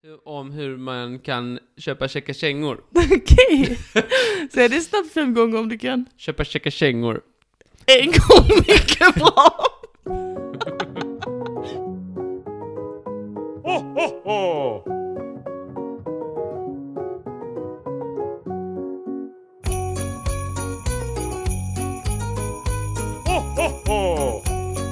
om hur man kan köpa checka kängor. Okej. Säg det snabbt 5 gånger om du kan. Köpa checka kängor. En gång, mycket bra. Ho, ho, ho! Ho, ho, ho!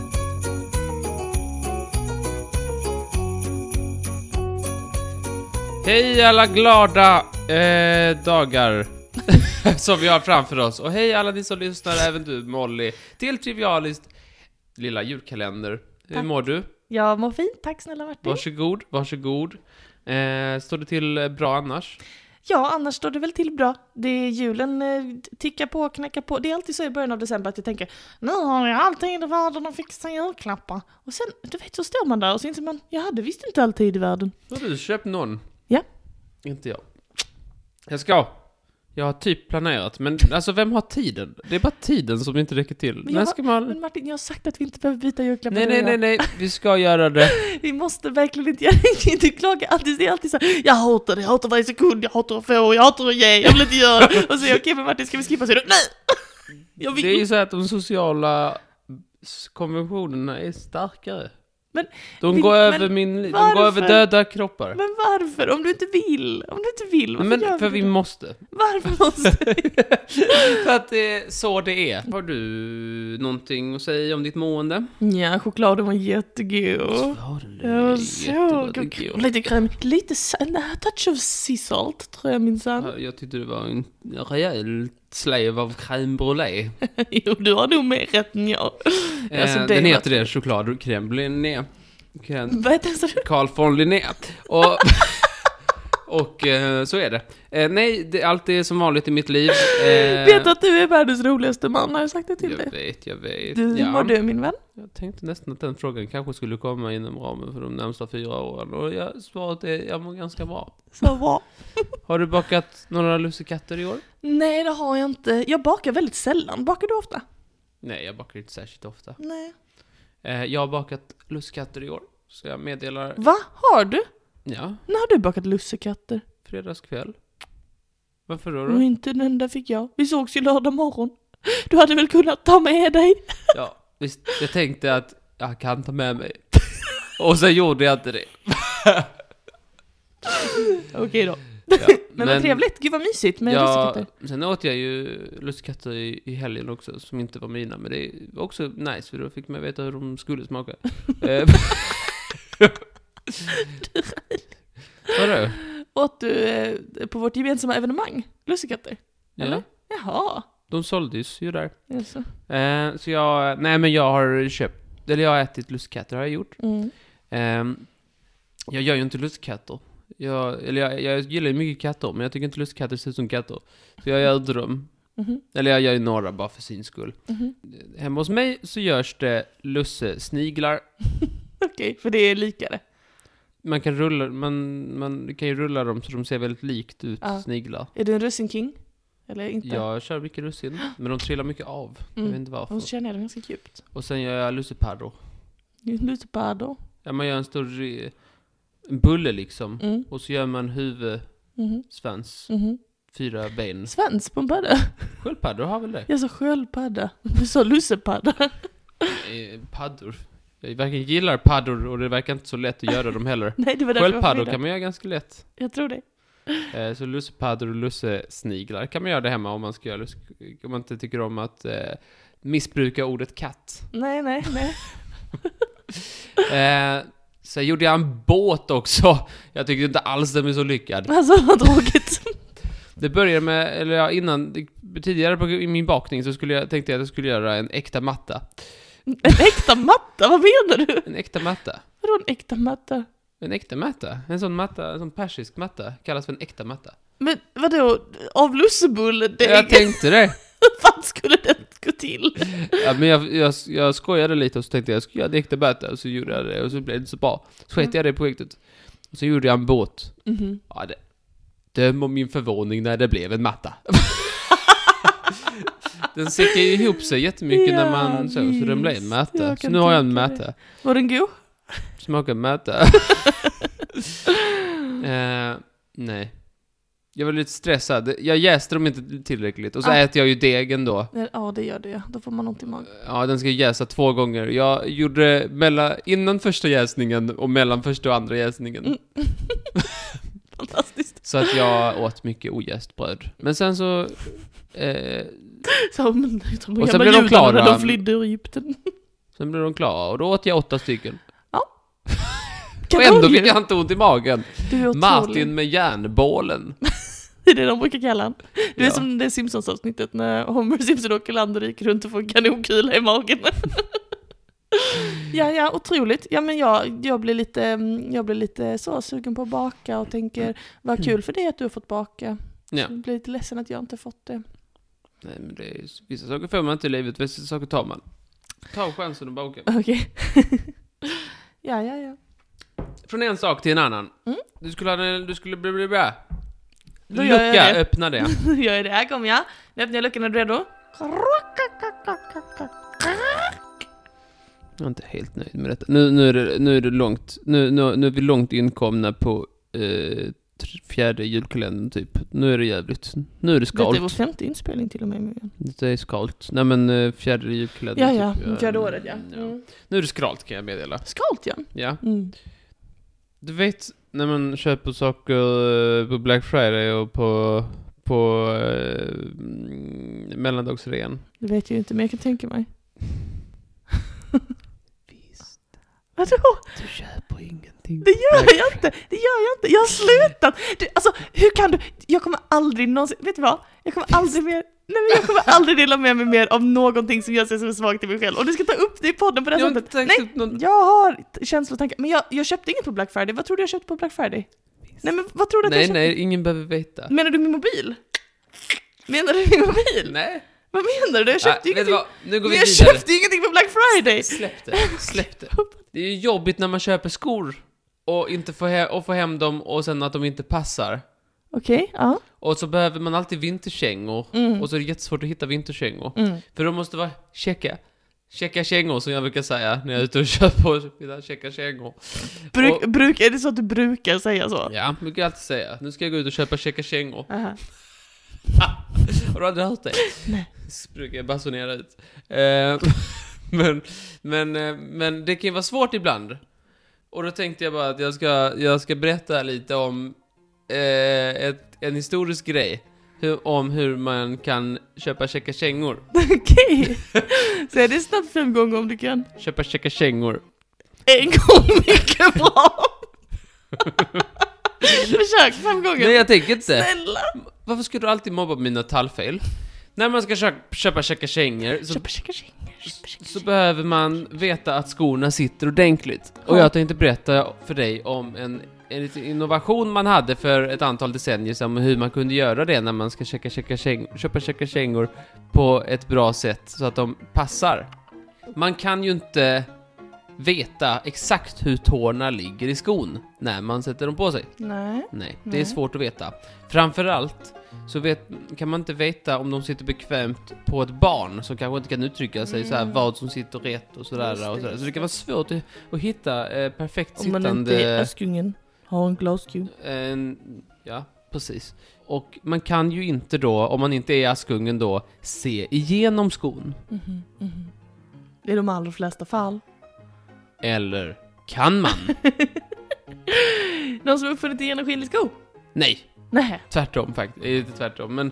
Hej alla glada dagar som vi har framför oss. Och hej alla ni som lyssnar, även du Molly, till Trivialist lilla julkalender. Hur mår du? Jag mår fint, tack snälla Martin. Varsågod. Står det till bra annars? Ja, annars står det väl till bra. Det är julen tickar på, knackar på. Det är alltid så i början av december att jag tänker, nu har jag alltid i världen att fixa julklappar. Och sen, du vet, så står man där och så inser man, jag hade visst inte alltid i världen. Har du köpt någon? Ja. Inte jag. Jag har typ planerat, men alltså vem har tiden? Det är bara tiden som inte räcker till. Men Martin, jag har sagt att vi inte behöver byta julklappar. Nej, vi ska göra det. Vi måste verkligen inte göra det. Du klagar alltid, det är alltid så här, jag hatar varje sekund, jag hatar att få, jag hatar att ge, jag vill inte göra det. Och så säger jag, okej, men Martin, ska vi skippa? Så är det, nej! Jag vill. Det är ju så att de sociala konventionerna är starkare. Men de går över döda kroppar. Men varför? Om du inte vill, men för vi måste. Varför måste vi? För att det är så det är. Har du någonting att säga om ditt mående? Ja, chokladen var jättegod. Det var så god. Lite kräm, lite touch of sea salt, tror jag minsann. Ja, jag tyckte det var en rejäl slev av crème brûlée. Jo, du har nog mer rätt än jag. Alltså, den heter det, choklad och crème brûlée. Vad heter det? Carl von Linné. Och så är det. Nej, allt är som vanligt i mitt liv. Vet du att du är världens roligaste man? Har jag sagt det till dig? Jag vet. Hur mår du, min vän? Jag tänkte nästan att den frågan kanske skulle komma inom ramen för de närmsta 4 åren. Och svaret är, jag mår ganska bra. Så bra. Har du bakat några lussekatter i år? Nej, det har jag inte. Jag bakar väldigt sällan. Bakar du ofta? Nej, jag bakar inte särskilt ofta. Nej. Jag har bakat lussekatter i år. Så jag meddelar... Va? Har du? Ja. När har du bakat lussekatter? Fredagskväll. Varför då? Och inte den enda fick jag. Vi sågs ju lördag morgon. Du hade väl kunnat ta med dig? Ja, visst. Jag tänkte att jag kan ta med mig. Och sen gjorde jag inte det. Okej då. Ja, men vad trevligt. Gud vad mysigt med lussekatter. Sen åt jag ju lussekatter i helgen också, som inte var mina. Men det var också nice, för då fick man veta hur de skulle smaka. Vadå? Åt du på vårt gemensamma evenemang lussekatter? Eller? Ja. Jaha. De såldes ju där. Jaså. Så jag har köpt, eller jag har ätit lussekatter, har jag gjort. Jag gör ju inte lusskatter. Jag gillar ju mycket katter, men jag tycker inte lusskatter ser ut som katter. Så jag gör dem. Eller jag gör ju några bara för sin skull. Hemma hos mig så görs det lussesniglar. Okej, för det är likare. Man kan ju rulla dem så de ser väldigt likt ut, sniglar. Är du en russinking? Eller inte? Jag kör mycket russin, men de trillar mycket av. Jag vet inte varför. Och så känner jag det ganska djupt. Och sen gör jag lussepaddor. Lussepaddor? Ja, man gör en bulle liksom. Och så gör man huvud, svans, 4 ben. Svans på en padda? Sköldpaddor har väl det? Jag sa sköldpadda. Du sa lussepadda. Paddor. Jag verkligen gillar paddor och det verkar inte så lätt att göra dem heller. Nej, det var därför sköldpaddor kan man göra ganska lätt. Jag tror det. Så lussepaddor och lussesniglar kan man göra det hemma om man ska göra om man inte tycker om att missbruka ordet katt. Nej. Så gjorde jag en båt också. Jag tyckte inte alls den var så lyckad. Alltså, vad tråkigt. Det började med, tidigare i min bakning så tänkte jag att jag skulle göra en äkta matta. En äkta matta? Vad menar du? En äkta matta. Vadå en äkta matta? En äkta matta? En sån matta, en sån persisk matta kallas för en äkta matta. Men vadå? Av lussebullen? Jag tänkte det. Hur fan skulle det gå till? Ja, men jag skojade lite och så tänkte jag skulle göra en äkta matta och så gjorde jag det och så blev det inte så bra. Så sket jag det projektet. Och så gjorde jag en båt. Ja, döm om min förvåning när det blev en matta. Den säckar ju ihop sig jättemycket när man så den blev en matta. Så nu har jag en matta. Var den god? Smakar matta. Nej. Jag var lite stressad. Jag jäste dem inte tillräckligt. Och så Ah. äter jag ju degen då. Ja, det gör det. Då får man ont i magen. Ja, den ska jäsa 2 gånger. Jag gjorde innan första jäsningen och mellan första och andra jäsningen. Fantastiskt. Så att jag åt mycket ojäst bröd. Men sen så... Som Och sen blev de klara. När de flydde ur Egypten. Sen blev de klara och då åt jag 8 stycken. Kan Och ändå du- fick jag inte ont i magen. Du är otrolig. Martin med järnbålen. Det är det de brukar kalla han. Det är Ja. som det Simpsons-avsnittet när Homer Simpson åker land och gick runt och får en kanonkula i magen. Ja, otroligt. Ja, men jag blir lite så sugen på att baka och tänker, vad kul för det att du har fått baka. Ja. Jag blir lite ledsen att jag inte fått det. Nej, men det är, vissa saker får man inte i livet, vissa saker tar man. Ta chansen och baka. Okej. Ja. Från en sak till en annan. Du skulle bli bra. Då gör jag Lucka, det. öppna det. Jag är det här, kommer jag. Nu öppnar jag luckan, är du redo? Jag är inte helt nöjd med detta. Nu är det långt. Nu är vi långt inkomna på 4:e julkalendern typ. Nu är det jävligt. Nu är det Detta är skalt. vår 5:e inspelning till och med. Det är skalt. Nej men 4:e julkalendern. Ja, typ. 4:e året, ja. Nu är det skralt kan jag meddela. Skalt, ja. Ja. Mm. Du vet när man köper saker på Black Friday och på mellandagsrean. Det vet jag ju inte, men jag kan tänka mig. Visst. Vadå? Du köper ingenting. Det gör jag inte. Jag har slutat. Alltså, hur kan du? Jag kommer aldrig någonsin... Vet du vad? Jag kommer aldrig mer... Nej, men jag kommer aldrig dela med mig mer av någonting som jag ser som svagt i mig själv. Och du ska ta upp det i podden på det här sättet. Nej, jag har känslor och tankar. Men jag köpte inget på Black Friday. Vad tror du jag köpte på Black Friday? Nej, men vad tror du att jag köpte? Nej, ingen behöver veta. Menar du min mobil? Menar du min mobil? Nej. Vad menar du? Jag köpte Vet du ingenting. vad? Nu går vi Men jag vidare. köpte ingenting på Black Friday. Släpp det. Det är ju jobbigt när man köper skor och inte får hem dem och sen att de inte passar. Okej, ja. Och så behöver man alltid vinterkängor. Och så är det jättesvårt att hitta vinterkängor. För de måste vara checka kängor som jag brukar säga när jag är ute och köper mina checka kängor. Är det så att du brukar säga så? Ja, brukar jag alltid säga. Nu ska jag gå ut och köpa checka kängor. Aha. Har du aldrig hört det? Nej. Så brukar jag basunera ut. Men det kan ju vara svårt ibland. Och då tänkte jag bara att jag ska berätta lite om en historisk grej. Om hur man kan köpa checka kängor. Okej. Säg det snabbt 5 gånger om du kan. Köpa checka kängor. En gång, mycket bra. Försök 5 gånger. Nej, jag tänker inte. Snälla. Varför ska du alltid mobba mina tallfel? När man ska köpa checka kängor så behöver man veta att skorna sitter ordentligt. Och jag tänkte berätta för dig om en liten innovation man hade för ett antal decennier sedan, hur man kunde göra det när man ska köpa checka kängor på ett bra sätt så att de passar. Man kan ju inte veta exakt hur tårna ligger i skon när man sätter dem på sig. Nej, det är svårt att veta. Framförallt så kan man inte veta om de sitter bekvämt på ett barn som kanske inte kan uttrycka sig så här, vad som sitter rätt och sådär. Så det kan vara svårt att hitta perfekt sittande... Om man inte är Askungen, har en glasskog. Ja, precis. Och man kan ju inte då, om man inte är Askungen då, se igenom skon. Det är de allra flesta fall. Eller kan man? Någon som har uppfunnit en genomskinlig sko? Nej. Nej. Tvärtom faktiskt, inte tvärtom, men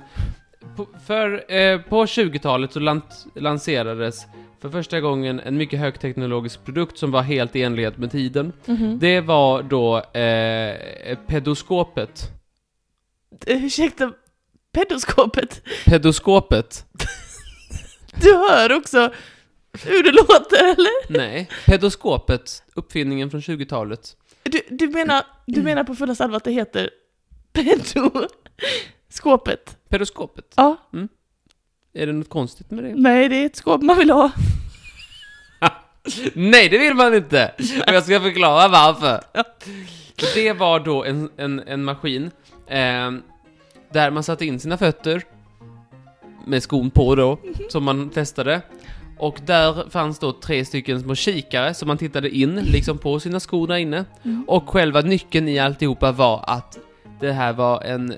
på 20-talet så lanserades för första gången en mycket högteknologisk produkt som var helt i enlighet med tiden. Det var då pedoskopet. Ursäkta, pedoskopet? Pedoskopet. Du hör också hur det låter, eller? Nej, pedoskopet, uppfinningen från 20-talet. Du menar på fulla allvar att det heter pedoskopet? Pedoskopet? Ja. Är det något konstigt med det? Nej, det är ett skåp man vill ha. Nej, det vill man inte! Och jag ska förklara varför. Det var då en maskin där man satte in sina fötter med skon på då, som man testade. Och där fanns då 3 stycken små kikare som man tittade in liksom på sina skor där inne. Och själva nyckeln i alltihopa var att det här var en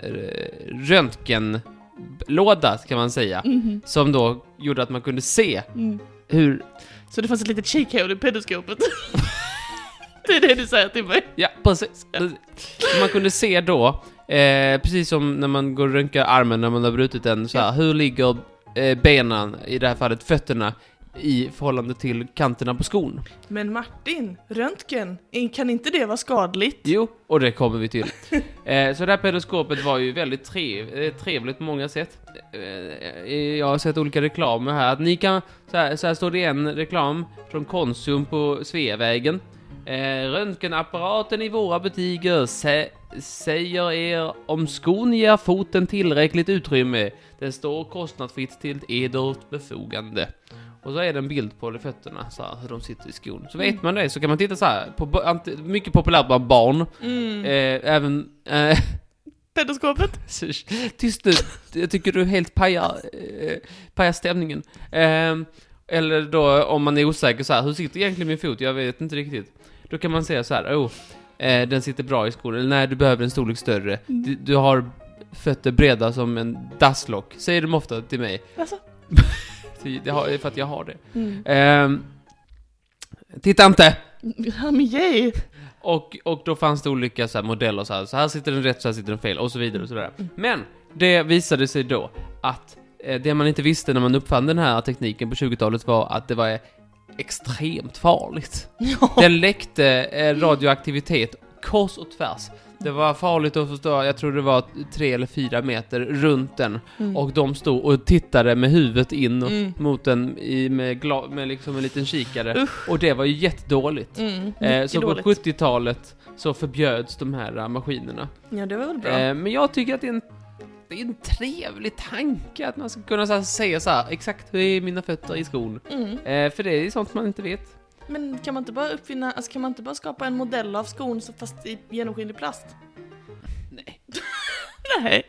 röntgenlåda kan man säga. Som då gjorde att man kunde se hur... Så det fanns ett litet kikhål i pedoskopet. Det är det du säger till mig. Ja, precis. Man kunde se då, precis som när man går och röntgar armen när man har brutit den, så här, hur ligger benen, i det här fallet fötterna, i förhållande till kanterna på skon. Men Martin, röntgen, kan inte det vara skadligt? Jo, och det kommer vi till. Så det här pedoskopet var ju väldigt trevligt på många sätt. Jag har sett olika reklamer här. Att ni kan, så här står det en reklam från Konsum på Sveavägen. Röntgenapparaten i våra butiker säger er om skon ger foten tillräckligt utrymme. Den står kostnadsfritt till edert befogande. Och så är det en bild på fötterna, så här, hur de sitter i skon. Så vet man det, så kan man titta så här på mycket populärt bland barn. Även pedoskopet. Tyst nu, jag tycker du helt pajar stämningen. Eller då om man är osäker så här, hur sitter egentligen min fot? Jag vet inte riktigt. Då kan man säga så här, den sitter bra i skon. Eller nej, du behöver en storlek större. Du har fötter breda som en dasslock. Säger de ofta till mig. Alltså? Det är för att jag har det. Titta inte! Yay. Och då fanns det olika så här modeller. Så här sitter den rätt, så här sitter den fel. Och så vidare och sådär. Men det visade sig då att det man inte visste när man uppfann den här tekniken på 20-talet var att det var extremt farligt. Det läckte radioaktivitet kors och tvärs. Det var farligt att förstå, jag tror det var 3 eller 4 meter runt den. Och de stod och tittade med huvudet in mot den med liksom en liten kikare. Och det var ju jättedåligt. Så på 70-talet så förbjöds de här maskinerna. Ja, det var väl bra. Men jag tycker att det är en trevlig tanke att man ska kunna säga så här, exakt hur är mina fötter i skon. För det är sånt man inte vet. Men kan man inte bara kan man inte bara skapa en modell av skon så fast i genomskinlig plast? Nej. Nej.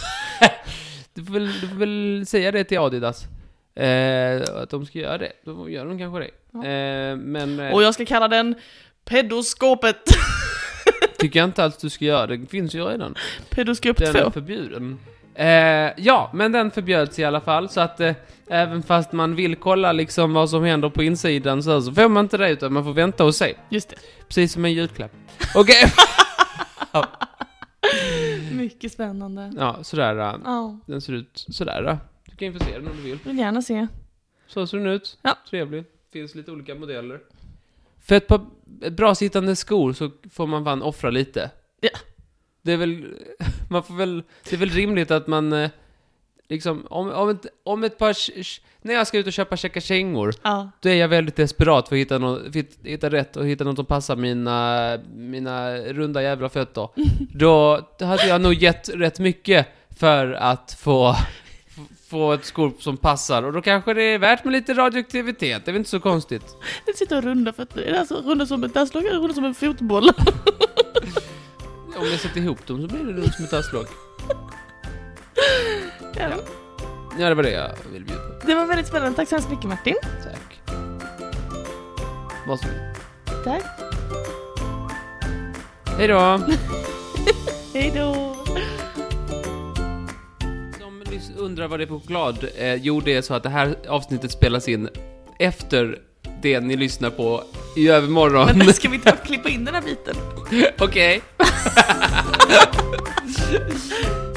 Du får väl säga det till Adidas. Att de ska göra det. Då gör de kanske det. Men, och jag ska kalla den pedoskopet. Tycker jag inte alls du ska göra. Det finns ju redan. Pedoskop 2. Den är förbjuden. Ja, men den förbjöds i alla fall. Så att även fast man vill kolla liksom vad som händer på insidan så får man inte det, utan man får vänta och se. Just det. Precis som en julklapp. Okej. Ja. Mycket spännande. Ja, sådär. Den ser ut sådär. Du kan ju få se den om du vill. Vill gärna se. Så ser den ut. Ja. Trevligt. Finns lite olika modeller. För ett par bra sittande skor så får man fan offra lite. Ja. Det är väl det är väl rimligt att man liksom om ett par när jag ska ut och köpa kängor, då är jag väldigt desperat för att hitta rätt och hitta något som passar mina runda jävla fötter. Då hade jag nog gett rätt mycket för att få ett skor som passar, och då kanske det är värt med lite radioaktivitet. Det är väl inte så konstigt. Det sitter och runda fötter. Är det alltså runda som ett dasslag eller runda som en fotboll? Om jag sätter ihop dem så blir det runt som ett dasslag. Ja, det var det jag ville bjuda på. Det var väldigt spännande. Tack så hemskt mycket, Martin. Tack. Varsågod. Tack. Hej då. Hej då. Som undrar vad det är på choklad. Jo, det är så att det här avsnittet spelas in efter det ni lyssnar på i övermorgon. Men ska vi ta och klippa in den här biten? Okej.